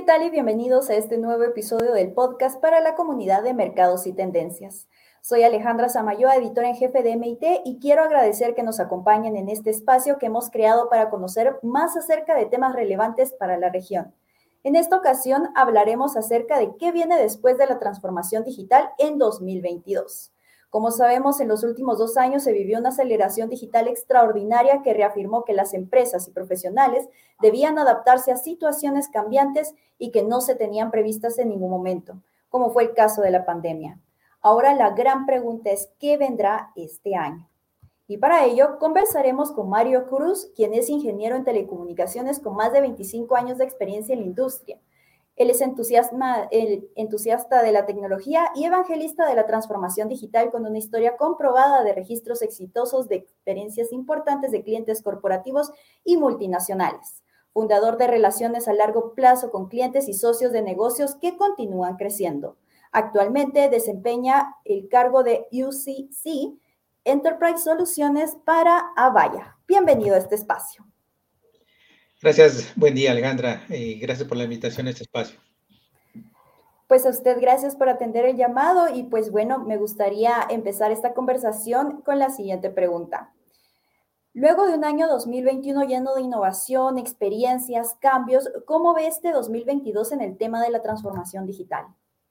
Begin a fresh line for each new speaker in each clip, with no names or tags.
tal y bienvenidos a este nuevo episodio del podcast para la comunidad de mercados y tendencias. Soy Alejandra Samayoa, editora en jefe de MIT, y quiero agradecer que nos acompañen en este espacio que hemos creado para conocer más acerca de temas relevantes para la región. En esta ocasión hablaremos acerca de qué viene después de la transformación digital en 2022. Como sabemos, en los últimos 2 años se vivió una aceleración digital extraordinaria que reafirmó que las empresas y profesionales debían adaptarse a situaciones cambiantes y que no se tenían previstas en ningún momento, como fue el caso de la pandemia. Ahora la gran pregunta es, ¿qué vendrá este año? Y para ello conversaremos con Mario Cruz, quien es ingeniero en telecomunicaciones con más de 25 años de experiencia en la industria. Él es entusiasta de la tecnología y evangelista de la transformación digital con una historia comprobada de registros exitosos de experiencias importantes de clientes corporativos y multinacionales. Fundador de relaciones a largo plazo con clientes y socios de negocios que continúan creciendo. Actualmente desempeña el cargo de UCC Enterprise Soluciones para Avaya. Bienvenido a este espacio.
Gracias, buen día Alejandra, gracias por la invitación a este espacio.
Pues a usted gracias por atender el llamado y pues bueno, me gustaría empezar esta conversación con la siguiente pregunta. Luego de un año 2021 lleno de innovación, experiencias, cambios, ¿cómo ve este 2022 en el tema de la transformación digital?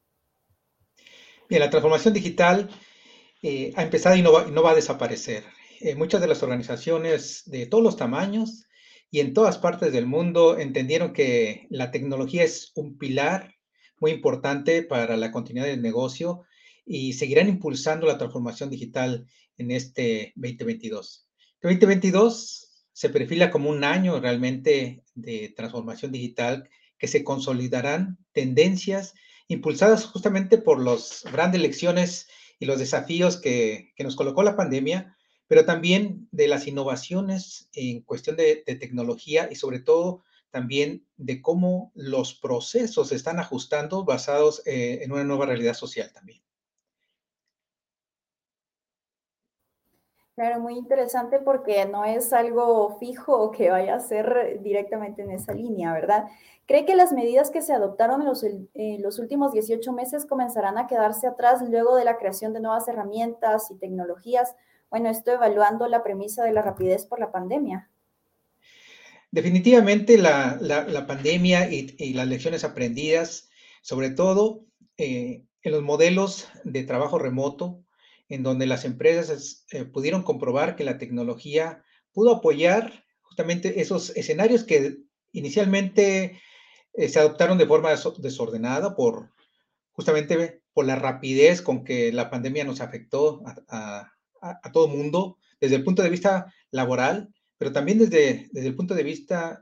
Bien, la transformación digital ha empezado y no va a desaparecer. Muchas de las organizaciones de todos los tamaños y en todas partes del mundo entendieron que la tecnología es un pilar muy importante para la continuidad del negocio y seguirán impulsando la transformación digital en este 2022. El 2022 se perfila como un año realmente de transformación digital que se consolidarán tendencias impulsadas justamente por las grandes lecciones y los desafíos que nos colocó la pandemia, pero también de las innovaciones en cuestión de tecnología y sobre todo también de cómo los procesos se están ajustando basados en una nueva realidad social también.
Claro, muy interesante porque no es algo fijo o que vaya a ser directamente en esa línea, ¿verdad? ¿Cree que las medidas que se adoptaron en los últimos 18 meses comenzarán a quedarse atrás luego de la creación de nuevas herramientas y tecnologías? Bueno, estoy evaluando la premisa de la rapidez por la pandemia.
Definitivamente la pandemia y las lecciones aprendidas, sobre todo en los modelos de trabajo remoto, en donde las empresas pudieron comprobar que la tecnología pudo apoyar justamente esos escenarios que inicialmente se adoptaron de forma desordenada justamente por la rapidez con que la pandemia nos afectó a todo mundo, desde el punto de vista laboral, pero también desde el punto de vista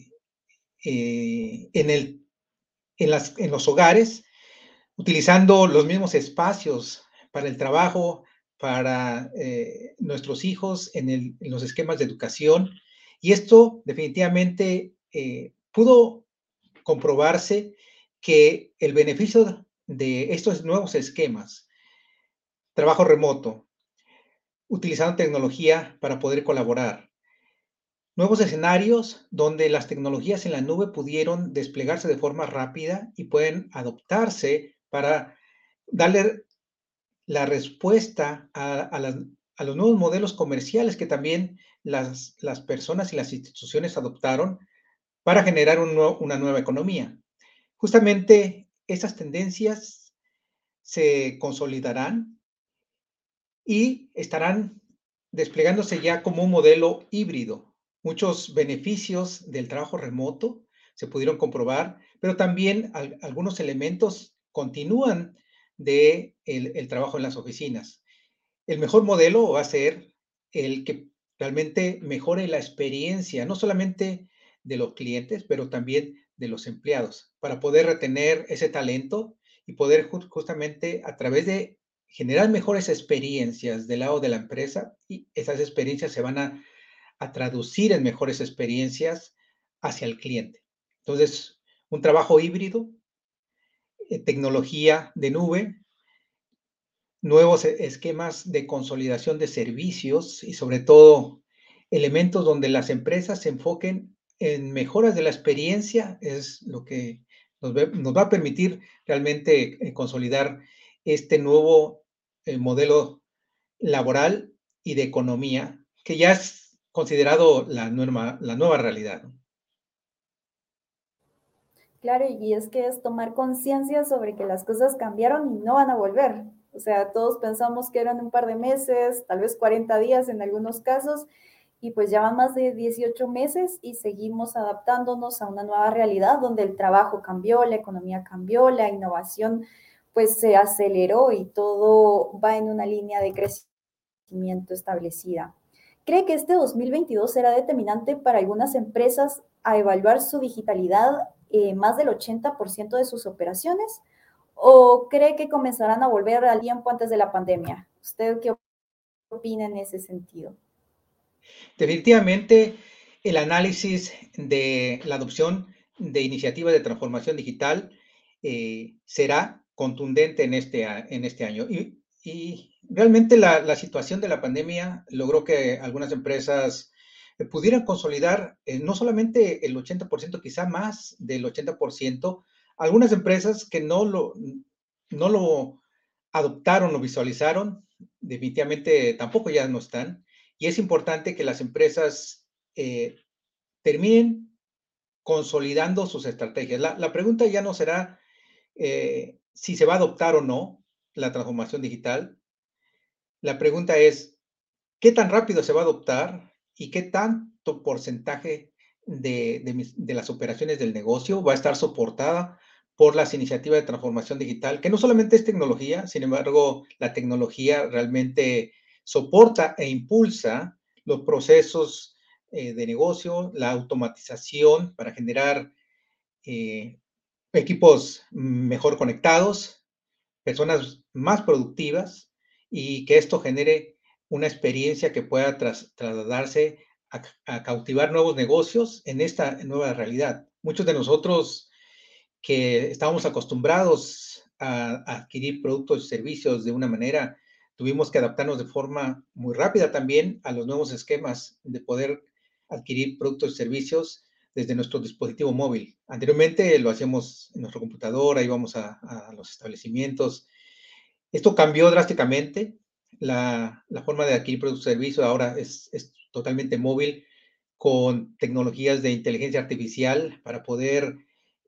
en los hogares, utilizando los mismos espacios para el trabajo, para nuestros hijos en los esquemas de educación. Y esto definitivamente pudo comprobarse que el beneficio de estos nuevos esquemas, trabajo remoto, utilizando tecnología para poder colaborar, nuevos escenarios donde las tecnologías en la nube pudieron desplegarse de forma rápida y pueden adoptarse para darle la respuesta a los nuevos modelos comerciales que también las personas y las instituciones adoptaron para generar una nueva economía. Justamente esas tendencias se consolidarán y estarán desplegándose ya como un modelo híbrido. Muchos beneficios del trabajo remoto se pudieron comprobar, pero también algunos elementos continúan el trabajo en las oficinas. El mejor modelo va a ser el que realmente mejore la experiencia, no solamente de los clientes, pero también de los empleados, para poder retener ese talento y poder justamente a través de generar mejores experiencias del lado de la empresa, y esas experiencias se van a traducir en mejores experiencias hacia el cliente. Entonces, un trabajo híbrido, tecnología de nube, nuevos esquemas de consolidación de servicios y sobre todo elementos donde las empresas se enfoquen en mejoras de la experiencia es lo que nos va a permitir realmente consolidar este nuevo modelo laboral y de economía que ya es considerado la nueva realidad, ¿no?
Claro, y es que es tomar conciencia sobre que las cosas cambiaron y no van a volver. O sea, todos pensamos que eran un par de meses, tal vez 40 días en algunos casos, y pues ya van más de 18 meses y seguimos adaptándonos a una nueva realidad donde el trabajo cambió, la economía cambió, la innovación pues se aceleró y todo va en una línea de crecimiento establecida. ¿Cree que este 2022 será determinante para algunas empresas a evaluar su digitalidad más del 80% de sus operaciones? ¿O cree que comenzarán a volver al tiempo antes de la pandemia? ¿Usted qué opina en ese sentido?
Definitivamente, el análisis de la adopción de iniciativas de transformación digital será contundente en este año. Y realmente la situación de la pandemia logró que algunas empresas pudieran consolidar no solamente el 80%, quizá más del 80%, algunas empresas que no lo adoptaron o visualizaron, definitivamente tampoco ya no están. Y es importante que las empresas eh, terminen consolidando sus estrategias. La pregunta ya no será si se va a adoptar o no la transformación digital. La pregunta es, ¿qué tan rápido se va a adoptar y qué tanto porcentaje de las operaciones del negocio va a estar soportada por las iniciativas de transformación digital? Que no solamente es tecnología, sin embargo, la tecnología realmente soporta e impulsa los procesos de negocio, la automatización para generar eh, equipos mejor conectados, personas más productivas y que esto genere una experiencia que pueda trasladarse a cautivar nuevos negocios en esta nueva realidad. Muchos de nosotros que estábamos acostumbrados a adquirir productos y servicios de una manera, tuvimos que adaptarnos de forma muy rápida también a los nuevos esquemas de poder adquirir productos y servicios desde nuestro dispositivo móvil. Anteriormente lo hacíamos en nuestra computadora, íbamos a los establecimientos. Esto cambió drásticamente. La forma de adquirir productos y servicios ahora es totalmente móvil con tecnologías de inteligencia artificial para poder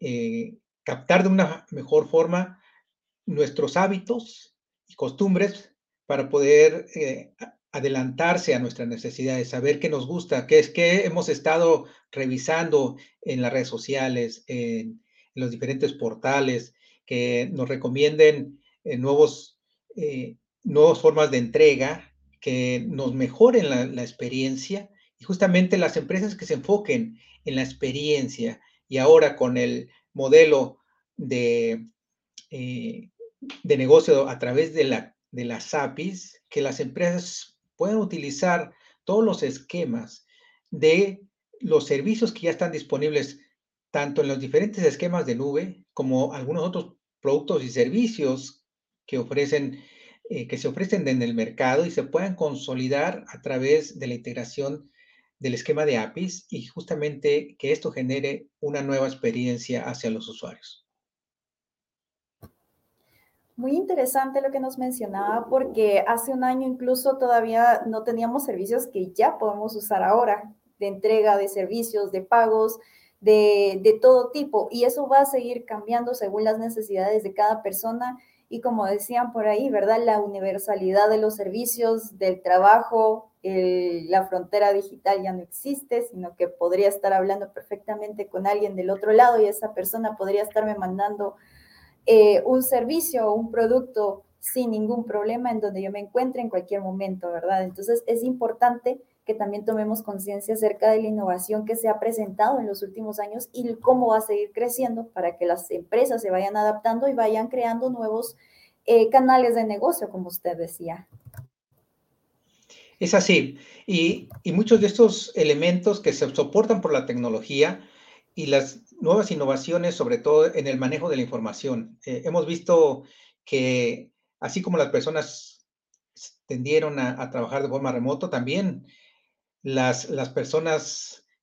captar de una mejor forma nuestros hábitos y costumbres para poder adelantarse a nuestras necesidades, saber qué nos gusta, qué es que hemos estado revisando en las redes sociales, en los diferentes portales, que nos recomienden eh, nuevas formas de entrega, que nos mejoren la experiencia y justamente las empresas que se enfoquen en la experiencia y ahora con el modelo de eh, de negocio a través de las APIs, que las empresas puedan utilizar todos los esquemas de los servicios que ya están disponibles, tanto en los diferentes esquemas de nube como algunos otros productos y servicios que ofrecen, que se ofrecen en el mercado y se puedan consolidar a través de la integración del esquema de APIs y justamente que esto genere una nueva experiencia hacia los usuarios.
Muy interesante lo que nos mencionaba porque hace un año incluso todavía no teníamos servicios que ya podemos usar ahora, de entrega de servicios, de pagos, de todo tipo. Y eso va a seguir cambiando según las necesidades de cada persona. Y como decían por ahí, ¿verdad? La universalidad de los servicios, del trabajo, la frontera digital ya no existe, sino que podría estar hablando perfectamente con alguien del otro lado y esa persona podría estarme mandando un servicio o un producto sin ningún problema en donde yo me encuentre en cualquier momento, ¿verdad? Entonces es importante que también tomemos conciencia acerca de la innovación que se ha presentado en los últimos años y cómo va a seguir creciendo para que las empresas se vayan adaptando y vayan creando nuevos canales de negocio, como usted decía.
Es así. Y muchos de estos elementos que se soportan por la tecnología y las nuevas innovaciones, sobre todo en el manejo de la información. Hemos visto que así como las personas tendieron a trabajar de forma remoto, también las personas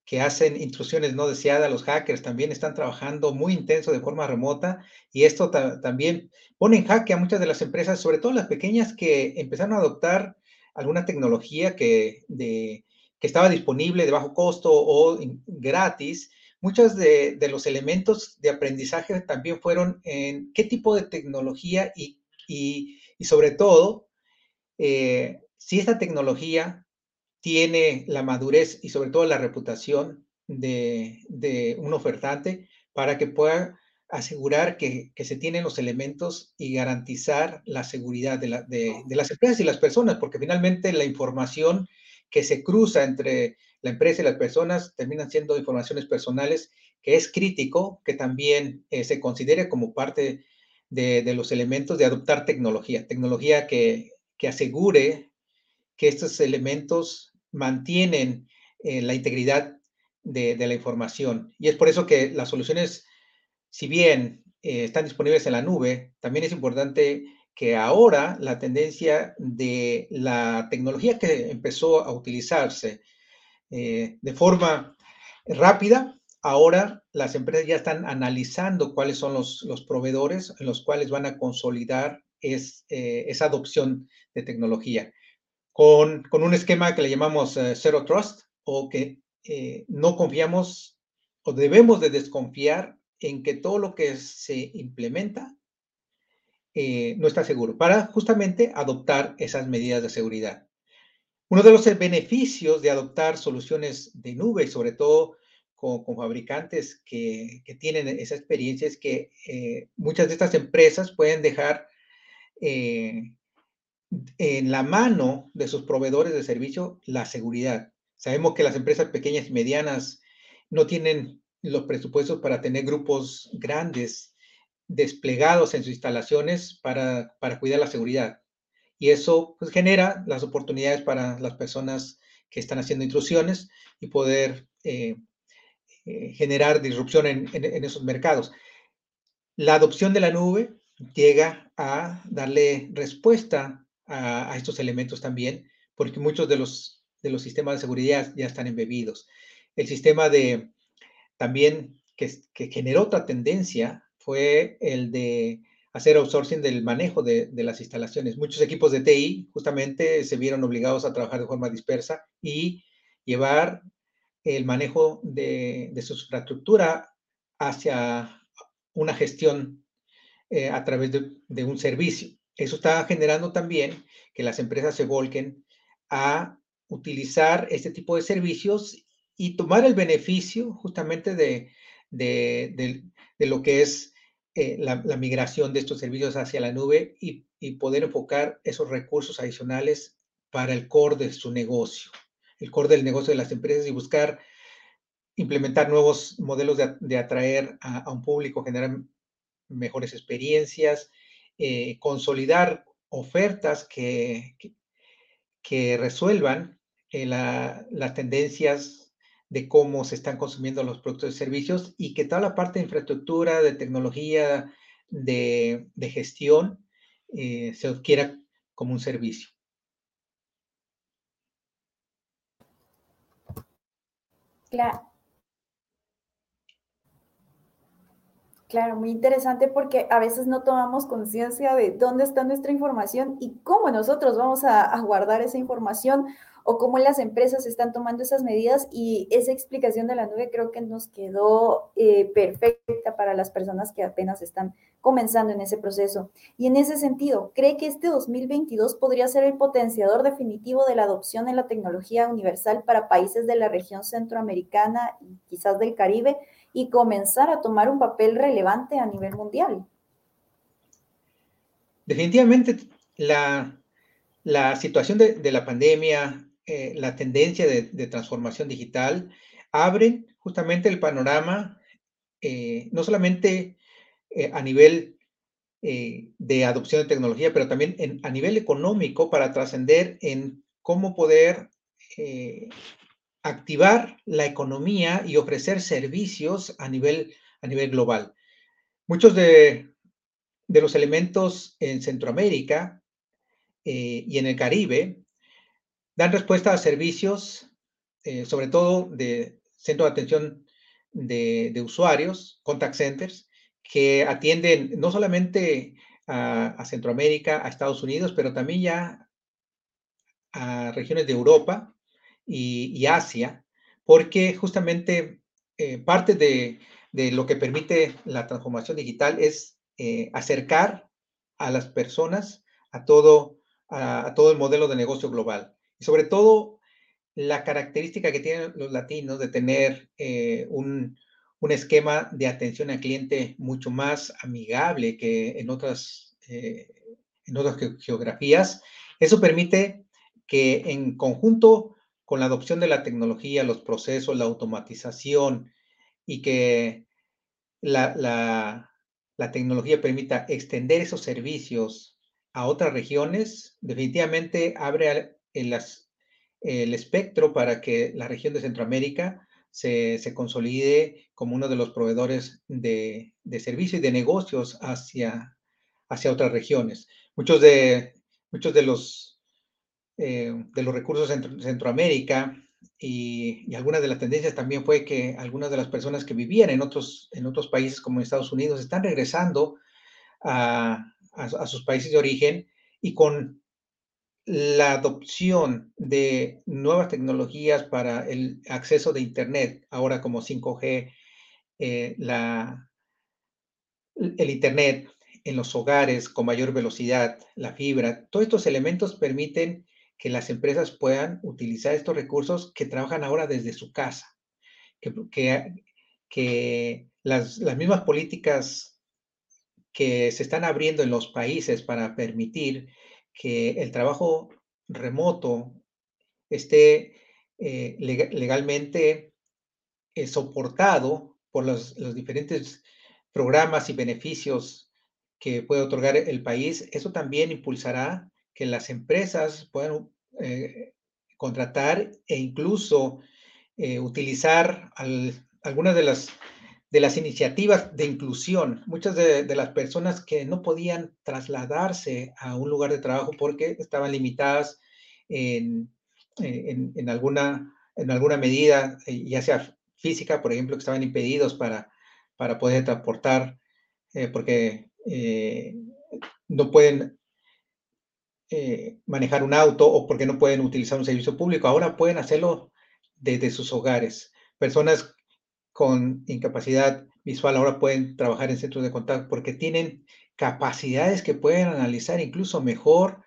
que hacen intrusiones no deseadas, los hackers también están trabajando muy intenso de forma remota y esto también pone en jaque a muchas de las empresas, sobre todo las pequeñas que empezaron a adoptar alguna tecnología que estaba disponible de bajo costo o gratis. Muchos de los elementos de aprendizaje también fueron en qué tipo de tecnología y sobre todo, si esta tecnología tiene la madurez y sobre todo la reputación de un ofertante para que pueda asegurar que se tienen los elementos y garantizar la seguridad de las empresas y las personas, porque finalmente la información que se cruza entre la empresa y las personas terminan siendo informaciones personales, que es crítico que también se considere como parte de los elementos de adoptar tecnología que asegure que estos elementos mantienen la integridad de la información. Y es por eso que las soluciones, si bien están disponibles en la nube, también es importante que ahora la tendencia de la tecnología que empezó a utilizarse de forma rápida, ahora las empresas ya están analizando cuáles son los proveedores en los cuales van a consolidar esa adopción de tecnología con un esquema que le llamamos Zero Trust o que no confiamos o debemos de desconfiar en que todo lo que se implementa no está seguro para justamente adoptar esas medidas de seguridad. Uno de los beneficios de adoptar soluciones de nube, sobre todo con fabricantes que tienen esa experiencia, es que muchas de estas empresas pueden dejar en la mano de sus proveedores de servicio la seguridad. Sabemos que las empresas pequeñas y medianas no tienen los presupuestos para tener grupos grandes desplegados en sus instalaciones para cuidar la seguridad. Y eso pues, genera las oportunidades para las personas que están haciendo intrusiones y poder generar disrupción en esos mercados. La adopción de la nube llega a darle respuesta a estos elementos también, porque muchos de los sistemas de seguridad ya están embebidos. El sistema también que generó otra tendencia fue el de hacer outsourcing del manejo de las instalaciones. Muchos equipos de TI justamente se vieron obligados a trabajar de forma dispersa y llevar el manejo de su infraestructura hacia una gestión a través de un servicio. Eso está generando también que las empresas se volquen a utilizar este tipo de servicios y tomar el beneficio justamente de lo que es la migración de estos servicios hacia la nube y poder enfocar esos recursos adicionales para el core de su negocio, el core del negocio de las empresas y buscar implementar nuevos modelos de atraer a un público, generar mejores experiencias, consolidar ofertas que resuelvan las tendencias de cómo se están consumiendo los productos y servicios y que toda la parte de infraestructura, de tecnología, de gestión, se adquiera como un servicio.
Claro. Claro, muy interesante porque a veces no tomamos conciencia de dónde está nuestra información y cómo nosotros vamos a guardar esa información o cómo las empresas están tomando esas medidas y esa explicación de la nube creo que nos quedó perfecta para las personas que apenas están comenzando en ese proceso. Y en ese sentido, ¿cree que este 2022 podría ser el potenciador definitivo de la adopción en la tecnología universal para países de la región centroamericana y quizás del Caribe? Y comenzar a tomar un papel relevante a nivel mundial.
Definitivamente la situación de la pandemia, la tendencia de transformación digital, abren justamente el panorama, no solamente a nivel de adopción de tecnología, pero también a nivel económico para trascender en cómo poder activar la economía y ofrecer servicios a nivel global. Muchos de los elementos en Centroamérica y en el Caribe dan respuesta a servicios, sobre todo de centros de atención de usuarios, contact centers, que atienden no solamente a Centroamérica, a Estados Unidos, pero también ya a regiones de Europa y Asia, porque justamente parte de lo que permite la transformación digital es acercar a las personas a todo el modelo de negocio global. Y sobre todo, la característica que tienen los latinos de tener un esquema de atención al cliente mucho más amigable que en otras geografías. Eso permite que en conjunto con la adopción de la tecnología, los procesos, la automatización y que la, la, la tecnología permita extender esos servicios a otras regiones, definitivamente abre el espectro para que la región de Centroamérica se consolide como uno de los proveedores de servicios y de negocios hacia otras regiones. Muchos de los recursos en Centroamérica y algunas de las tendencias también fue que algunas de las personas que vivían en otros países como en Estados Unidos están regresando a sus países de origen y con la adopción de nuevas tecnologías para el acceso de Internet, ahora como 5G, eh, la, el Internet en los hogares con mayor velocidad, la fibra, todos estos elementos permiten que las empresas puedan utilizar estos recursos que trabajan ahora desde su casa, que, que, que las mismas políticas que se están abriendo en los países para permitir que el trabajo remoto esté legalmente soportado por los diferentes programas y beneficios que puede otorgar el país, eso también impulsará que las empresas puedan contratar e incluso utilizar algunas de las iniciativas de inclusión. Muchas de las personas que no podían trasladarse a un lugar de trabajo porque estaban limitadas en, en alguna medida, ya sea física, por ejemplo, que estaban impedidos para poder transportar, porque no pueden manejar un auto o porque no pueden utilizar un servicio público. Ahora pueden hacerlo desde sus hogares. Personas con incapacidad visual ahora pueden trabajar en centros de contacto porque tienen capacidades que pueden analizar incluso mejor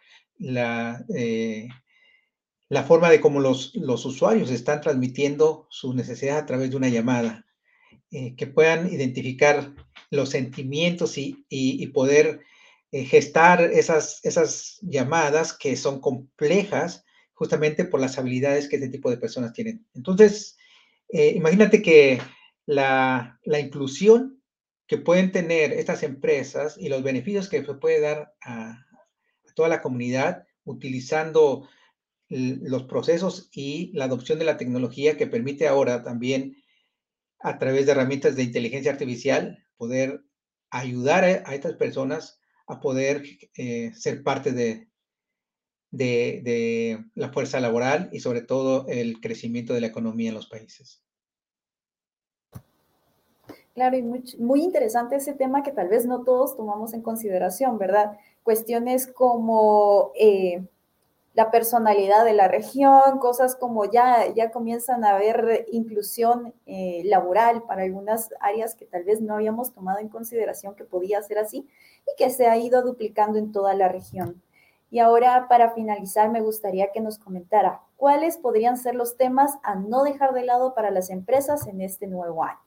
la forma de cómo los usuarios están transmitiendo sus necesidades a través de una llamada, que puedan identificar los sentimientos y poder gestar esas llamadas que son complejas justamente por las habilidades que este tipo de personas tienen. Entonces, imagínate que la inclusión que pueden tener estas empresas y los beneficios que se puede dar a toda la comunidad utilizando los procesos y la adopción de la tecnología que permite ahora también a través de herramientas de inteligencia artificial poder ayudar a estas personas a poder ser parte de la fuerza laboral y sobre todo el crecimiento de la economía en los países.
Claro, y muy interesante ese tema que tal vez no todos tomamos en consideración, ¿verdad? Cuestiones como la personalidad de la región, cosas como ya comienzan a haber inclusión laboral para algunas áreas que tal vez no habíamos tomado en consideración que podía ser así y que se ha ido duplicando en toda la región. Y ahora, para finalizar, me gustaría que nos comentara cuáles podrían ser los temas a no dejar de lado para las empresas en este nuevo año.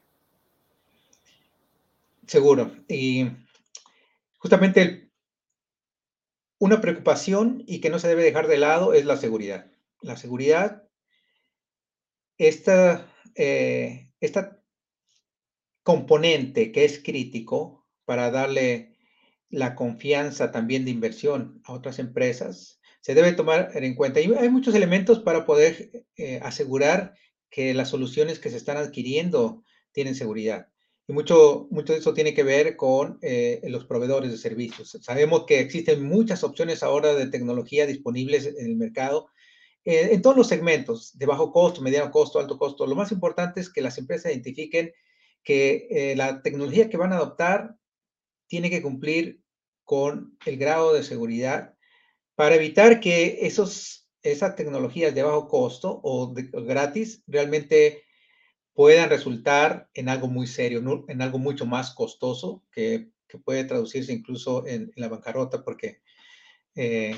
Seguro. Y justamente una preocupación y que no se debe dejar de lado es la seguridad. La seguridad, esta componente que es crítico para darle la confianza también de inversión a otras empresas, se debe tomar en cuenta. Y hay muchos elementos para poder asegurar que las soluciones que se están adquiriendo tienen seguridad. Y mucho de eso tiene que ver con los proveedores de servicios. Sabemos que existen muchas opciones ahora de tecnología disponibles en el mercado en todos los segmentos, de bajo costo, mediano costo, alto costo. Lo más importante es que las empresas identifiquen que la tecnología que van a adoptar tiene que cumplir con el grado de seguridad para evitar que esas tecnologías de bajo costo o gratis realmente puedan resultar en algo muy serio, ¿no? En algo mucho más costoso que puede traducirse incluso en la bancarrota, porque eh,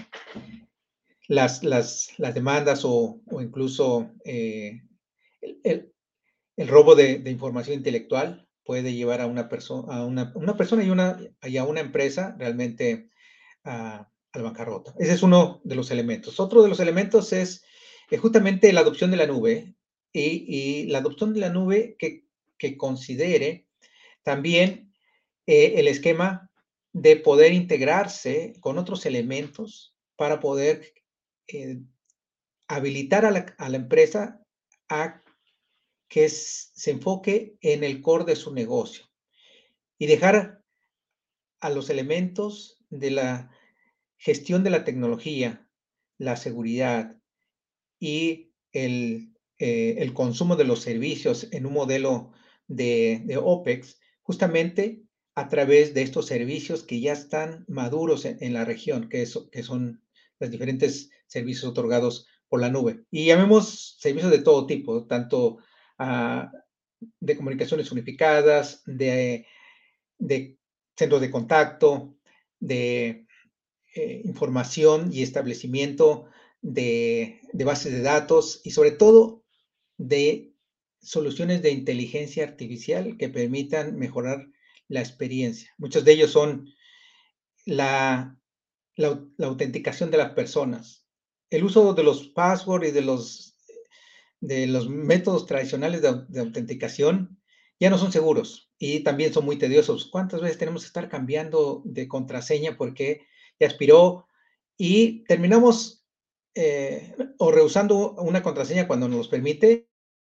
las demandas o incluso el, el- el robo de información intelectual puede llevar a una persona y a una empresa realmente a la bancarrota. Ese es uno de los elementos. Otro de los elementos es justamente la adopción de la nube y la adopción de la nube que considere también el esquema de poder integrarse con otros elementos para poder eh, habilitar a la empresa a que se enfoque en el core de su negocio y dejar a los elementos de la gestión de la tecnología, la seguridad y el consumo de los servicios en un modelo de OPEX, justamente a través de estos servicios que ya están maduros en la región, que son los diferentes servicios otorgados por la nube. Y llamemos servicios de todo tipo, tanto uh, de comunicaciones unificadas, de centros de contacto, de información y establecimiento de bases de datos y sobre todo de soluciones de inteligencia artificial que permitan mejorar la experiencia. Muchos de ellos son la, la autenticación de las personas, el uso de los passwords y de los métodos tradicionales de autenticación ya no son seguros y también son muy tediosos. ¿Cuántas veces tenemos que estar cambiando de contraseña porque ya expiró y terminamos o rehusando una contraseña cuando nos permite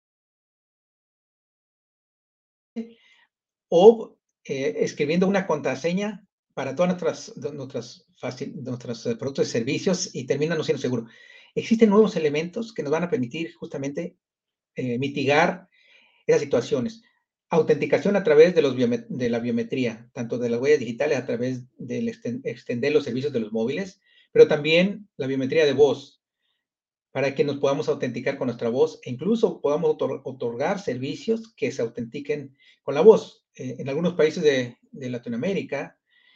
o escribiendo una contraseña para todas nuestros productos y servicios y termina no siendo seguro? Existen nuevos elementos que nos van a permitir justamente mitigar esas situaciones. Autenticación a través de la biometría, tanto de las huellas digitales a través del extender los servicios de los móviles, pero también la biometría de voz, para que nos podamos autenticar con nuestra voz e incluso podamos otorgar servicios que se autentiquen con la voz. En algunos países de Latinoamérica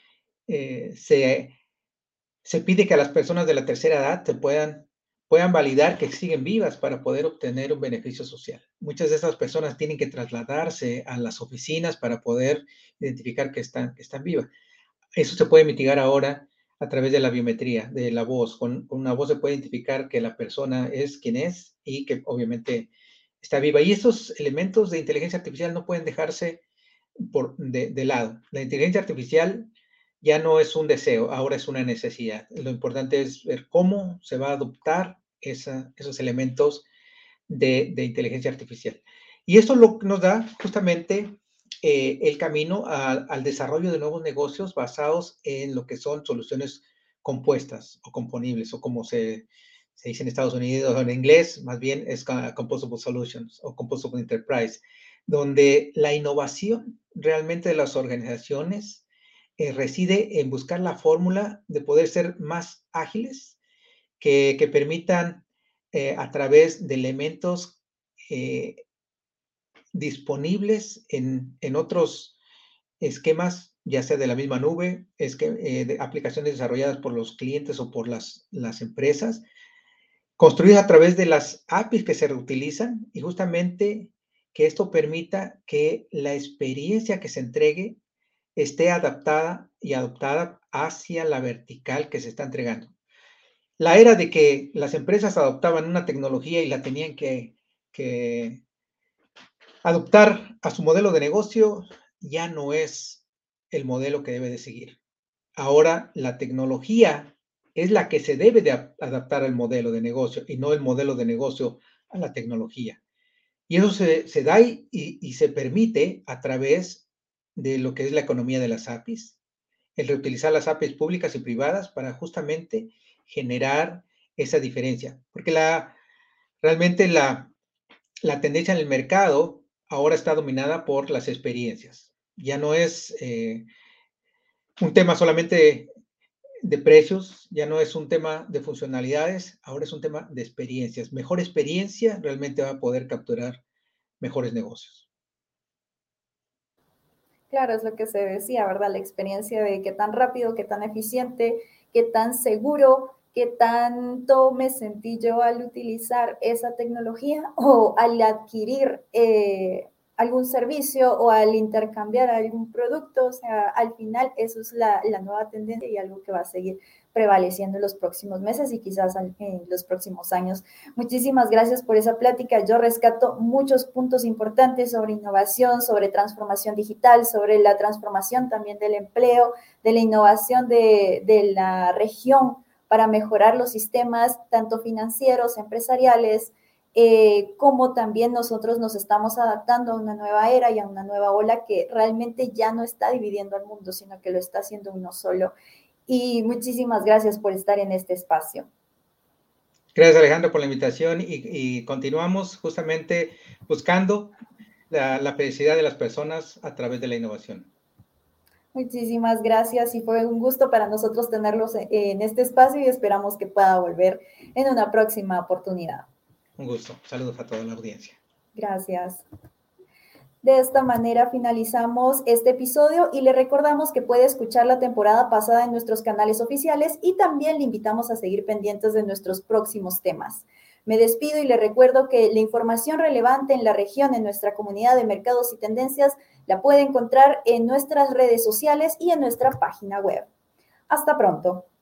se pide que a las personas de la tercera edad puedan validar que siguen vivas para poder obtener un beneficio social. Muchas de esas personas tienen que trasladarse a las oficinas para poder identificar que están vivas. Eso se puede mitigar ahora a través de la biometría, de la voz. Con una voz se puede identificar que la persona es quien es y que obviamente está viva. Y esos elementos de inteligencia artificial no pueden dejarse de lado. La inteligencia artificial ya no es un deseo, ahora es una necesidad. Lo importante es ver cómo se va a adoptar esos elementos de inteligencia artificial. Y esto nos da justamente el camino al desarrollo de nuevos negocios basados en lo que son soluciones compuestas o componibles, o como se dice en Estados Unidos o en inglés, más bien es Composable Solutions o Composable Enterprise, donde la innovación realmente de las organizaciones reside en buscar la fórmula de poder ser más ágiles, que permitan a través de elementos eh, disponibles en otros esquemas, ya sea de la misma nube, de aplicaciones desarrolladas por los clientes o por las empresas, construidas a través de las APIs que se reutilizan y justamente que esto permita que la experiencia que se entregue esté adaptada y adoptada hacia la vertical que se está entregando. La era de que las empresas adoptaban una tecnología y la tenían que adoptar a su modelo de negocio ya no es el modelo que debe de seguir. Ahora la tecnología es la que se debe de adaptar al modelo de negocio y no el modelo de negocio a la tecnología. Y eso se da y se permite a través de lo que es la economía de las APIs, el reutilizar las APIs públicas y privadas para justamente generar esa diferencia, porque realmente la tendencia en el mercado ahora está dominada por las experiencias. Ya no es un tema solamente de precios, ya no es un tema de funcionalidades, ahora es un tema de experiencias. Mejor experiencia realmente va a poder capturar mejores negocios.
Claro, es lo que se decía, ¿verdad? La experiencia de qué tan rápido, qué tan eficiente, qué tan seguro, qué tanto me sentí yo al utilizar esa tecnología o al adquirir algún servicio o al intercambiar algún producto. O sea, al final eso es la nueva tendencia y algo que va a seguir prevaleciendo en los próximos meses y quizás en los próximos años. Muchísimas gracias por esa plática. Yo rescato muchos puntos importantes sobre innovación, sobre transformación digital, sobre la transformación también del empleo, de la innovación de la región para mejorar los sistemas, tanto financieros, empresariales, como también nosotros nos estamos adaptando a una nueva era y a una nueva ola que realmente ya no está dividiendo al mundo, sino que lo está haciendo uno solo. Y muchísimas gracias por estar en este espacio.
Gracias, Alejandro, por la invitación y continuamos justamente buscando la felicidad de las personas a través de la innovación.
Muchísimas gracias y fue un gusto para nosotros tenerlos en este espacio y esperamos que pueda volver en una próxima oportunidad.
Un gusto. Saludos a toda la audiencia.
Gracias. De esta manera finalizamos este episodio y le recordamos que puede escuchar la temporada pasada en nuestros canales oficiales y también le invitamos a seguir pendientes de nuestros próximos temas. Me despido y le recuerdo que la información relevante en la región, en nuestra comunidad de mercados y tendencias, la puede encontrar en nuestras redes sociales y en nuestra página web. Hasta pronto.